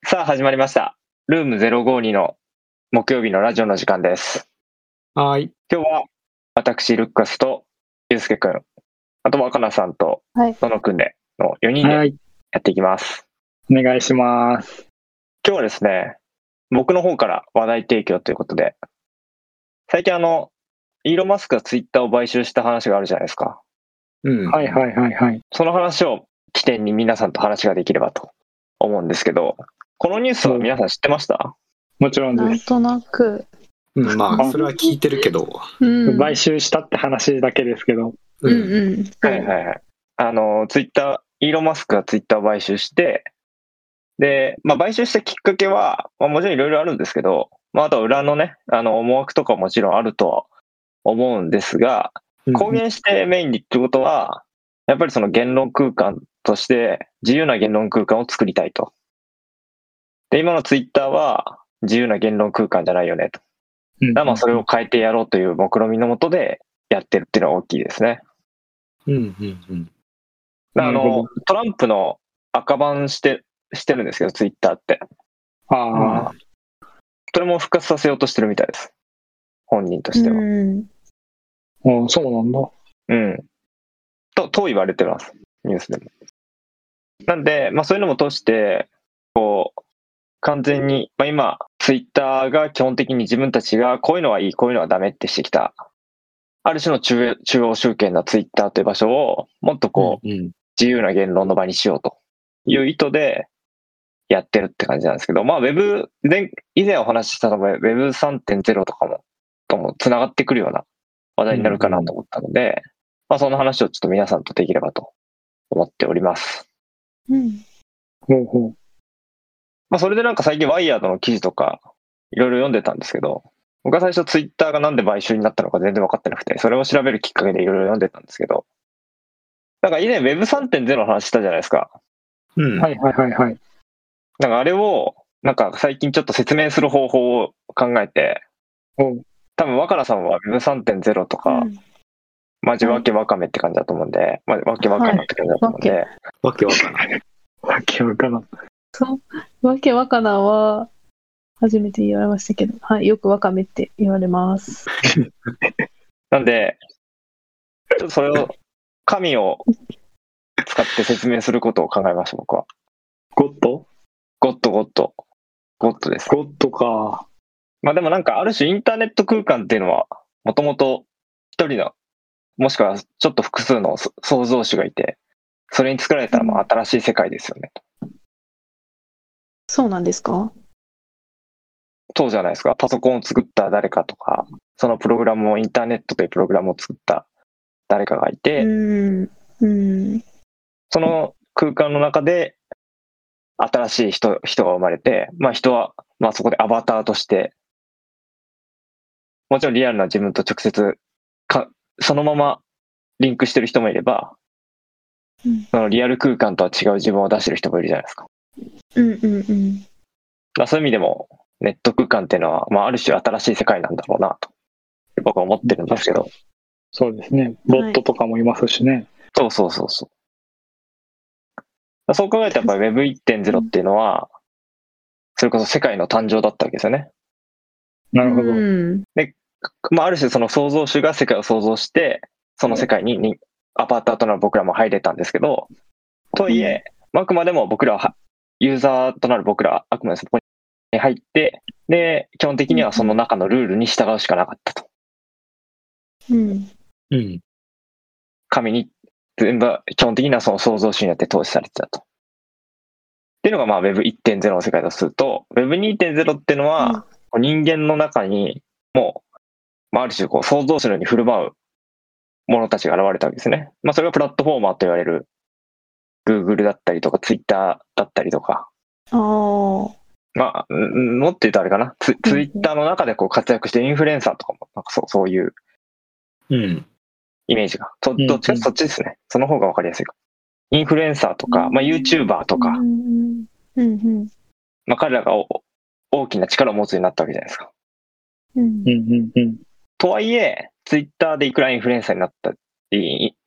さあ始まりました。ルーム052の木曜日のラジオの時間です。 はい。 今日は私、ルッカスとゆうすけくん、あと若菜さんとののくんでの4人でやっていきます。 お願いします。 今日はですね、僕の方から話題提供ということで、最近イーロン・マスクがツイッターを買収した話があるじゃないですか。 はいはいはいはい。 その話を起点に皆さんと話ができればと思うんですけど、このニュースは皆さん知ってました？ もちろんです。 なんとなく。 まあ、それは聞いてるけど。 買収したって話だけですけど。 はいはいはい。ツイッター、イーロン・マスクがツイッターを買収して、で、買収したきっかけは、もちろんいろいろあるんですけど、あとは裏のね、思惑とかもちろんあるとは思うんですが、公言してメインにってことは、やっぱりその言論空間として自由な言論空間を作りたいと。で、今のツイッターは自由な言論空間じゃないよねと。それを変えてやろうという目論見のもとでやってるっていうのは大きいですね。トランプの赤バンしてるんですけど、ツイッターって。それも復活させようとしてるみたいです。本人としては。 そうなんだ。 と言われてます。ニュースでも。なんで、そういうのも通して、完全に、今、ツイッターが基本的に自分たちがこういうのはいい、こういうのはダメってしてきた、ある種の中央集権なツイッターという場所を、もっと自由な言論の場にしようという意図でやってるって感じなんですけど、ウェブで、以前お話ししたのも Web3.0 とかともつながってくるような話題になるかなと思ったので、その話をちょっと皆さんとできればと思っております。それで最近ワイヤードの記事とかいろいろ読んでたんですけど、僕は最初ツイッターがなんで買収になったのか全然分かってなくて、それを調べるきっかけでいろいろ読んでたんですけど、以前 Web3.0 の話したじゃないですか。 はいはいはいはい。 あれを最近ちょっと説明する方法を考えて、多分若菜さんは Web3.0 とか、マジわけわかめって感じだと思うんで、わけわかなって感じだと思うんで。 わけわかな。 わけわかな。 そう、わけわかなは初めて言われましたけど、はい、よくわかめって言われます。 なんで、ちょっとそれを、神を使って説明することを考えました、僕は。 ゴッドです。 ゴッドか。 でもある種インターネット空間っていうのは、もともと一人の、もしくはちょっと複数の創造主がいて、それに作られたら新しい世界ですよね。 そうなんですか？ そうじゃないですか。パソコンを作った誰かとか、そのプログラムをインターネットというプログラムを作った誰かがいて、その空間の中で新しい人が生まれて、人はそこでアバターとして、もちろんリアルな自分と直接そのままリンクしてる人もいれば、そのリアル空間とは違う自分を出してる人もいるじゃないですか。そういう意味でもネット空間っていうのは、ある種新しい世界なんだろうなと僕は思ってるんですけど。 そうですね。ボットとかもいますしね。 そう。そう考えたらやっぱり Web1.0 っていうのは、それこそ世界の誕生だったわけですよね。 なるほど。 で、ある種その創造主が世界を創造して、その世界にアバターとなる僕らも入れたんですけど、とはいえ、あくまでも僕らは、ユーザーとなる僕らはあくまでそこに入って、で、基本的にはその中のルールに従うしかなかったと。神に全部基本的にはその創造主によって統治されてたと。っていうのがWeb1.0 の世界とすると、Web2.0 っていうのは、人間の中にもう、ある種創造主のように振る舞う者たちが現れたわけですね。それがプラットフォーマーと言われる Google だったりとか Twitter だったりとか。もっと言うとあれかな。ツイッターの中で活躍してインフルエンサーとかも、そういうイメージが。どっちかそっちですね。その方がわかりやすいか。インフルエンサーとか、YouTuber とか、彼らが大きな力を持つようになったわけじゃないですか。とはいえ、ツイッターでいくらインフルエンサーになった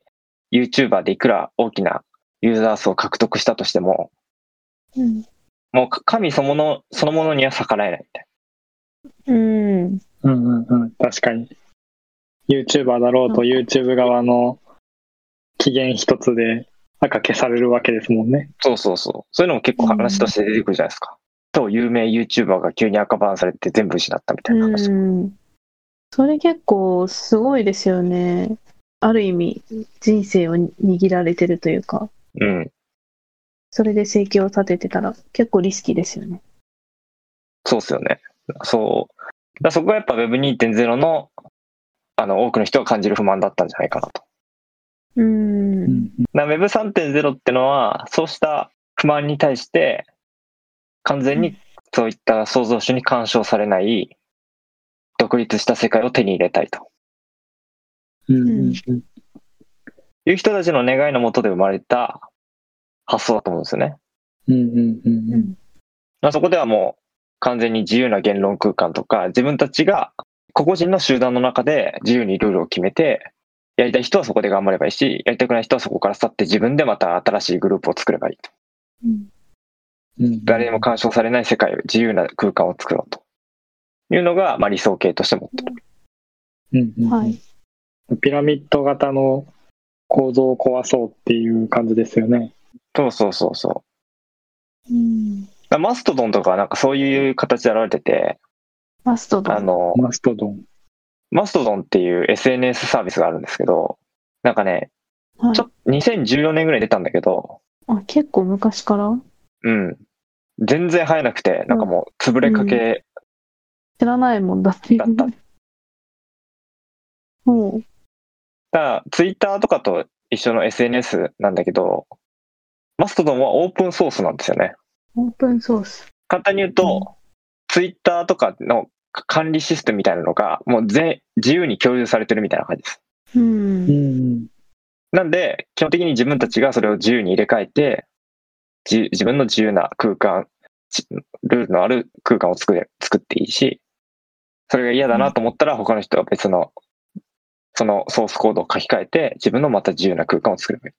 り、YouTuber でいくら大きなユーザー数を獲得したとしても、 もう神そのものには逆らえないみたい確かに。YouTuber だろうと YouTube 側の期限一つで赤消されるわけですもんね。 な。そういうのも結構話として出てくるじゃないですか。超有名 YouTuber が急に赤バンされて全部失ったみたいな話。 それ結構すごいですよね。ある意味人生を握られてるというか。それで生計を立ててたら結構リスキーですよね。 そうですよね。そこがやっぱ Web2.0 の多くの人が感じる不満だったんじゃないかなと。Web3.0 ってのはそうした不満に対して完全にそういった創造主に干渉されない独立した世界を手に入れたいという人たちの願いのもとで生まれた発想だと思うんですよね。そこではもう完全に自由な言論空間とか、自分たちが個々人の集団の中で自由にルールを決めて、やりたい人はそこで頑張ればいいし、やりたくない人はそこから去って自分でまた新しいグループを作ればいいと。誰にも干渉されない世界、自由な空間を作ろうというのが、理想形として持ってる。 ピラミッド型の構造を壊そうっていう感じですよね。 そう。マストドンとかなんかそういう形で現れてて、 マストドンっていう SNS サービスがあるんですけど、なんかね、2014年ぐらいに出たんだけど、 結構昔から？ 全然生えなくて、なんかもう潰れかけ、 知らないもんだって。 だった。ツイッターとかと一緒の SNS なんだけど、マストドンはオープンソースなんですよね。 オープンソース。 簡単に言うと、ツイッターとかの管理システムみたいなのがもう自由に共有されてるみたいな感じです。なんで基本的に自分たちがそれを自由に入れ替えて、自分の自由な空間、ルールのある空間を作っていいし、それが嫌だなと思ったら他の人は別のそのソースコードを書き換えて自分のまた自由な空間を作ればいい。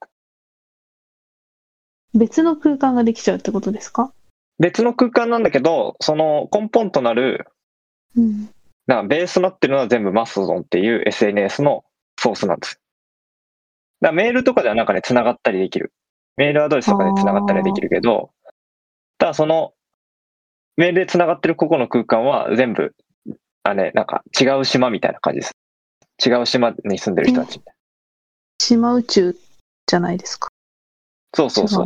別の空間ができちゃうってことですか？ 別の空間なんだけど、その根本となる、ベースとなってるのは全部マストドンっていう SNS のソースなんです。だからメールとかではなんかね、繋がったりできる。メールアドレスとかで繋がったりできるけど、ただそのメールで繋がってる個々の空間は全部、なんか違う島みたいな感じです。違う島に住んでる人たちみたいな。 島宇宙じゃないですか。 そう。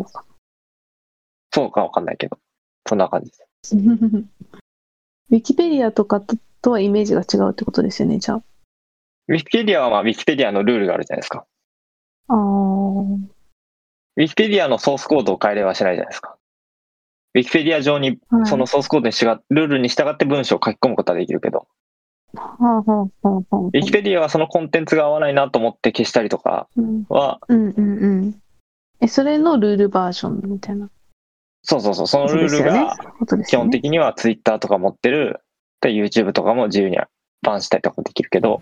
そうかわかんないけど、そんな感じです。 ウィキペディアとかとはイメージが違うってことですよね、じゃあ。 ウィキペディアはウィキペディアのルールがあるじゃないですか。ウィキペディアのソースコードを変えればしないじゃないですか。ウィキペディア上にそのソースコードにルールに従って文章を書き込むことはできるけど、ウィキペディアはそのコンテンツが合わないなと思って消したりとかは、 それのルールバージョンみたいな。 そのルールが基本的にはツイッターとか持ってる、で YouTube とかも自由にバンしたりとかできるけど、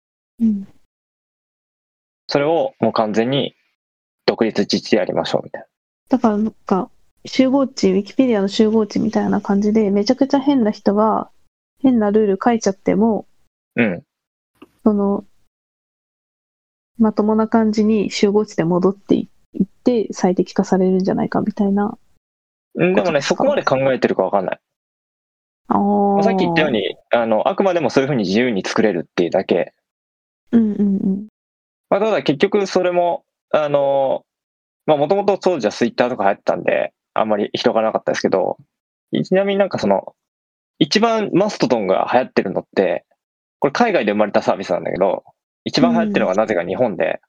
それをもう完全に独立自治でやりましょうみたいな。 だからなんか集合値、ウィキペディアの集合値みたいな感じで、めちゃくちゃ変な人が変なルール書いちゃっても、そのまともな感じに集合値で戻っていって最適化されるんじゃないかみたいな。 でもね、そこまで考えてるか分かんない。さっき言ったように、あくまでもそういうふうに自由に作れるっていうだけ。ただ結局それも、もともと当時はツイッターとか流行ってたんで、あんまり広がらなかったですけど、ちなみになんか一番マストドンが流行ってるのって、これ海外で生まれたサービスなんだけど、一番流行ってるのがなぜか日本で。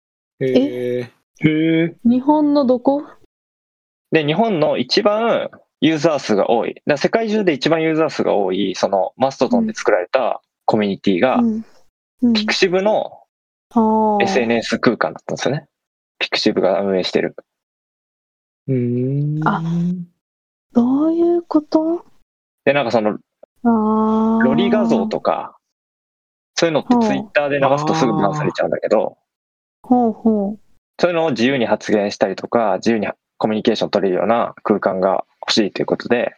日本のどこ？ で、日本の一番ユーザー数が多い、世界中で一番ユーザー数が多い、そのマストドンで作られたコミュニティが、ピクシブの SNS 空間だったんですよね。ピクシブが運営してる。 どういうこと？ で、なんかロリ画像とか、そういうのってツイッターで流すとすぐバンされちゃうんだけど、そういうのを自由に発言したりとか、自由にコミュニケーション取れるような空間が欲しいということで、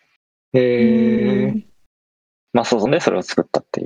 まあソゾンでそれを作ったっていう。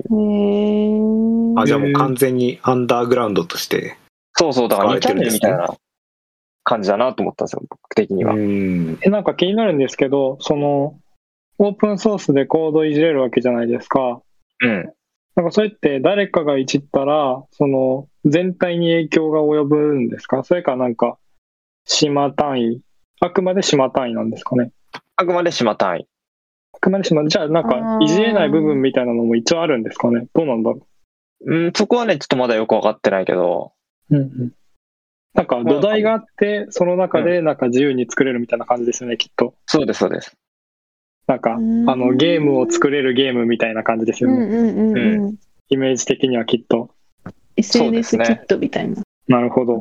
じゃあもう完全にアンダーグラウンドとしてそうそう、だから2チャンネルみたいな感じだなと思ったんですよ、僕的には。 なんか気になるんですけど、そのオープンソースでコードいじれるわけじゃないですか。なんかそれって誰かがいじったら、その全体に影響が及ぶんですか？それかなんか島単位、あくまで島単位なんですかね？ あくまで島単位。 あくまで島、じゃあなんかいじれない部分みたいなのも一応あるんですかね？どうなんだろう。そこはね、ちょっとまだよく分かってないけど。 なんか土台があって、その中でなんか自由に作れるみたいな感じですよね、きっと。 そうです、そうです。 なんか、ゲームを作れるゲームみたいな感じですよね。イメージ的にはきっと。 SNS キットみたいな。 なるほど。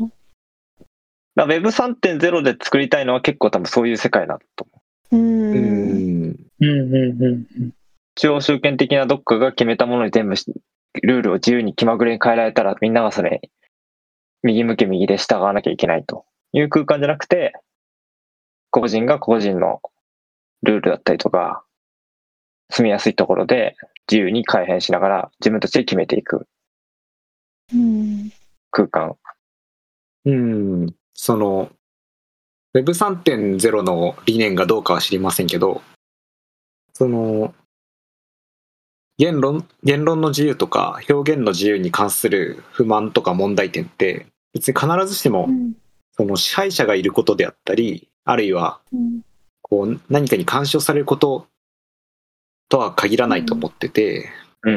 Web3.0 で作りたいのは結構多分そういう世界だと思う。中央集権的などっかが決めたものに全部ルールを自由に気まぐれに変えられたら、みんながそれ右向け右で従わなきゃいけないという空間じゃなくて、個人が個人のルールだったりとか、住みやすいところで自由に改変しながら自分たちで決めていく空間。 その Web3.0 の理念がどうかは知りませんけど、その言論の自由とか表現の自由に関する不満とか問題点って別に必ずしもその支配者がいることであったり、あるいはこう何かに干渉されることとは限らないと思ってて、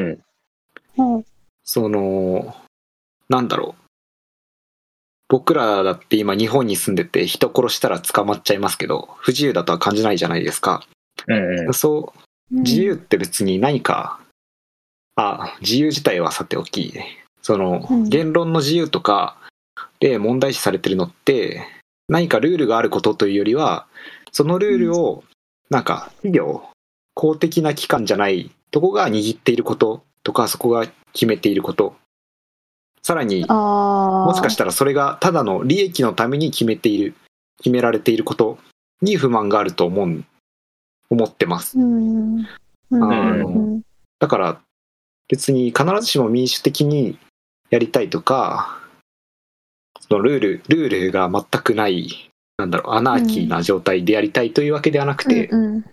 そのなんだろう、僕らだって今日本に住んでて人殺したら捕まっちゃいますけど、不自由だとは感じないじゃないですか。そう自由って別に何か自由自体はさておき、その言論の自由とかで問題視されてるのって何かルールがあることというよりは、そのルールをなんか企業、公的な機関じゃないとこが握っていることとか、そこが決めていること、さらにもしかしたらそれがただの利益のために決められていることに不満があると思ってます。だから別に必ずしも民主的にやりたいとか、そのルールが全くないアナーキーな状態でやりたいというわけではなくて、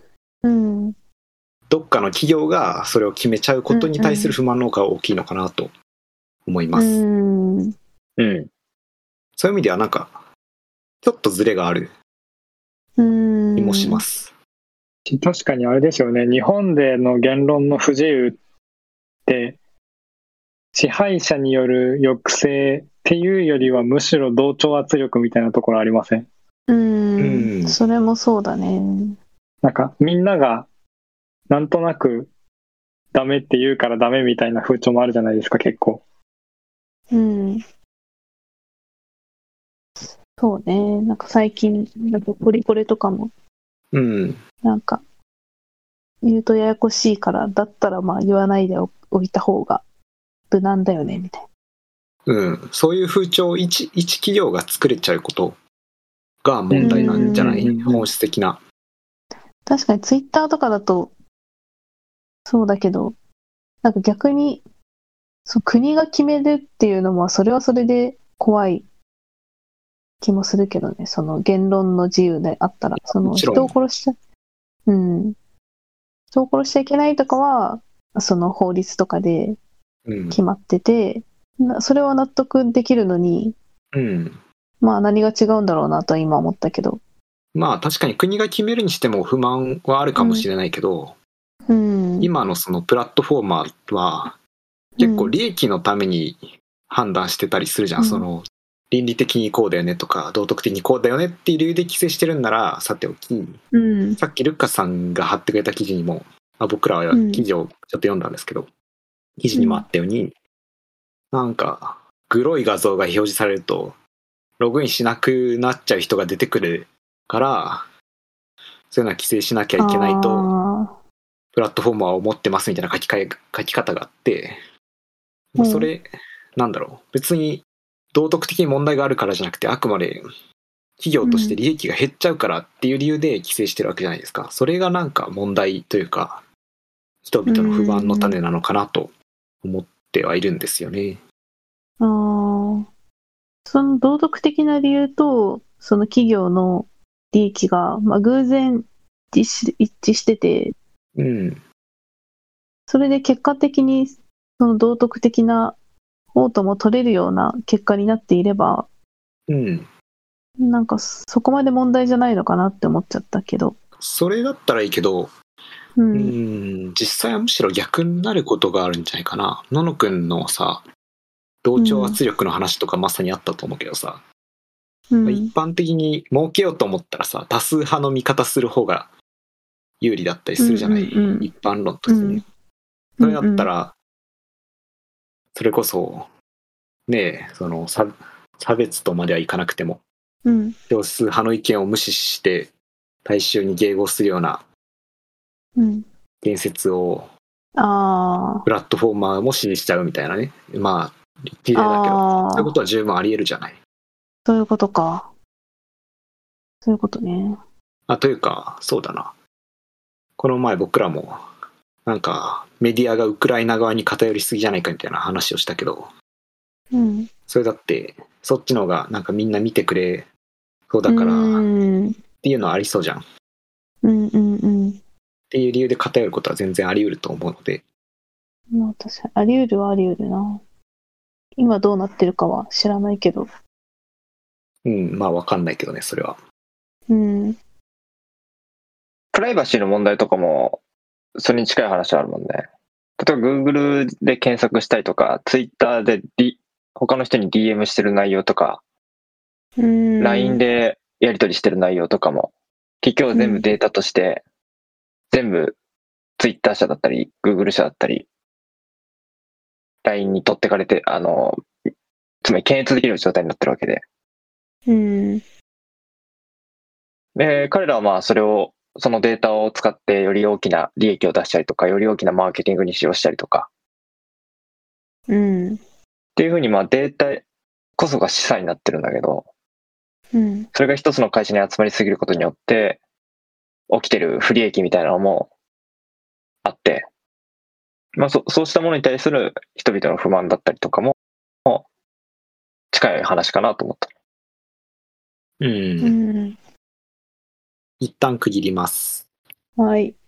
どっかの企業がそれを決めちゃうことに対する不満の方が大きいのかなと思います。そういう意味ではなんかちょっとズレがある気もします。 確かにあれですよね、日本での言論の不自由って支配者による抑制っていうよりはむしろ同調圧力みたいなところありません？ それもそうだね。 なんかみんながなんとなくダメって言うからダメみたいな風潮もあるじゃないですか、結構。 そうね。なんか最近なんかポリコレとかも、なんか言うとややこしいから、だったらまあ言わないでおいた方が無難だよねみたいな。そういう風潮を一企業が作れちゃうことが問題なんじゃない？本質的な。 確かにツイッターとかだとそうだけど、なんか逆に国が決めるっていうのもそれはそれで怖い気もするけどね。その言論の自由であったら、その人を殺しちゃいけないとかはその法律とかで決まってて、それは納得できるのに、まあ何が違うんだろうなとは今思ったけど。 まあ確かに国が決めるにしても不満はあるかもしれないけど、今のそのプラットフォーマーは結構利益のために判断してたりするじゃん。その倫理的にこうだよねとか道徳的にこうだよねっていう理由で規制してるんならさておき、さっきルッカさんが貼ってくれた記事にも、僕らは記事をちょっと読んだんですけど、記事にもあったように、なんかグロい画像が表示されるとログインしなくなっちゃう人が出てくるから、そういうのは規制しなきゃいけないとプラットフォームは思ってますみたいな書き方があって、それ別に道徳的に問題があるからじゃなくて、あくまで企業として利益が減っちゃうからっていう理由で規制してるわけじゃないですか。それがなんか問題というか、人々の不満の種なのかなと思ってはいるんですよね。 ああ、その道徳的な理由と、その企業の利益が、まあ、偶然一致してて、 うん。 それで結果的にその道徳的な方とも取れるような結果になっていれば、 うん。 なんかそこまで問題じゃないのかなって思っちゃったけど。 それだったらいいけど、実際はむしろ逆になることがあるんじゃないかな。ののくんのさ、同調圧力の話とかまさにあったと思うけどさ、一般的に儲けようと思ったらさ、多数派の味方する方が有利だったりするじゃない、一般論としてね。それだったら、それこそ、ねえ、その差別とまではいかなくても、少数派の意見を無視して大衆に迎合するような言説をプラットフォーマーも支持しちゃうみたいなね。まあ綺麗だけど、そういうことは十分あり得るじゃない。 そういうことか。そういうことね。 というか、そうだな。この前僕らもなんかメディアがウクライナ側に偏りすぎじゃないかみたいな話をしたけど、それだってそっちの方がなんかみんな見てくれそうだからっていうのはありそうじゃん。っていう理由で偏ることは全然あり得ると思うので。 まあ確かにあり得るはあり得るな。今どうなってるかは知らないけど。 まあわかんないけどね、それは。 プライバシーの問題とかもそれに近い話あるもんね。例えば Google で検索したりとか、Twitter で、他の人に DM してる内容とか、LINE でやり取りしてる内容とかも、結局全部データとして、全部 Twitter 社だったり、Google 社だったり、LINE に取ってかれて、つまり検閲できる状態になってるわけで。で、彼らはまあそのデータを使ってより大きな利益を出したりとか、より大きなマーケティングに使用したりとか。っていうふうにまあデータこそが資産になってるんだけど、それが一つの会社に集まりすぎることによって起きてる不利益みたいなのもあって、まあそうしたものに対する人々の不満だったりとかも近い話かなと思った。 一旦区切ります。 はい。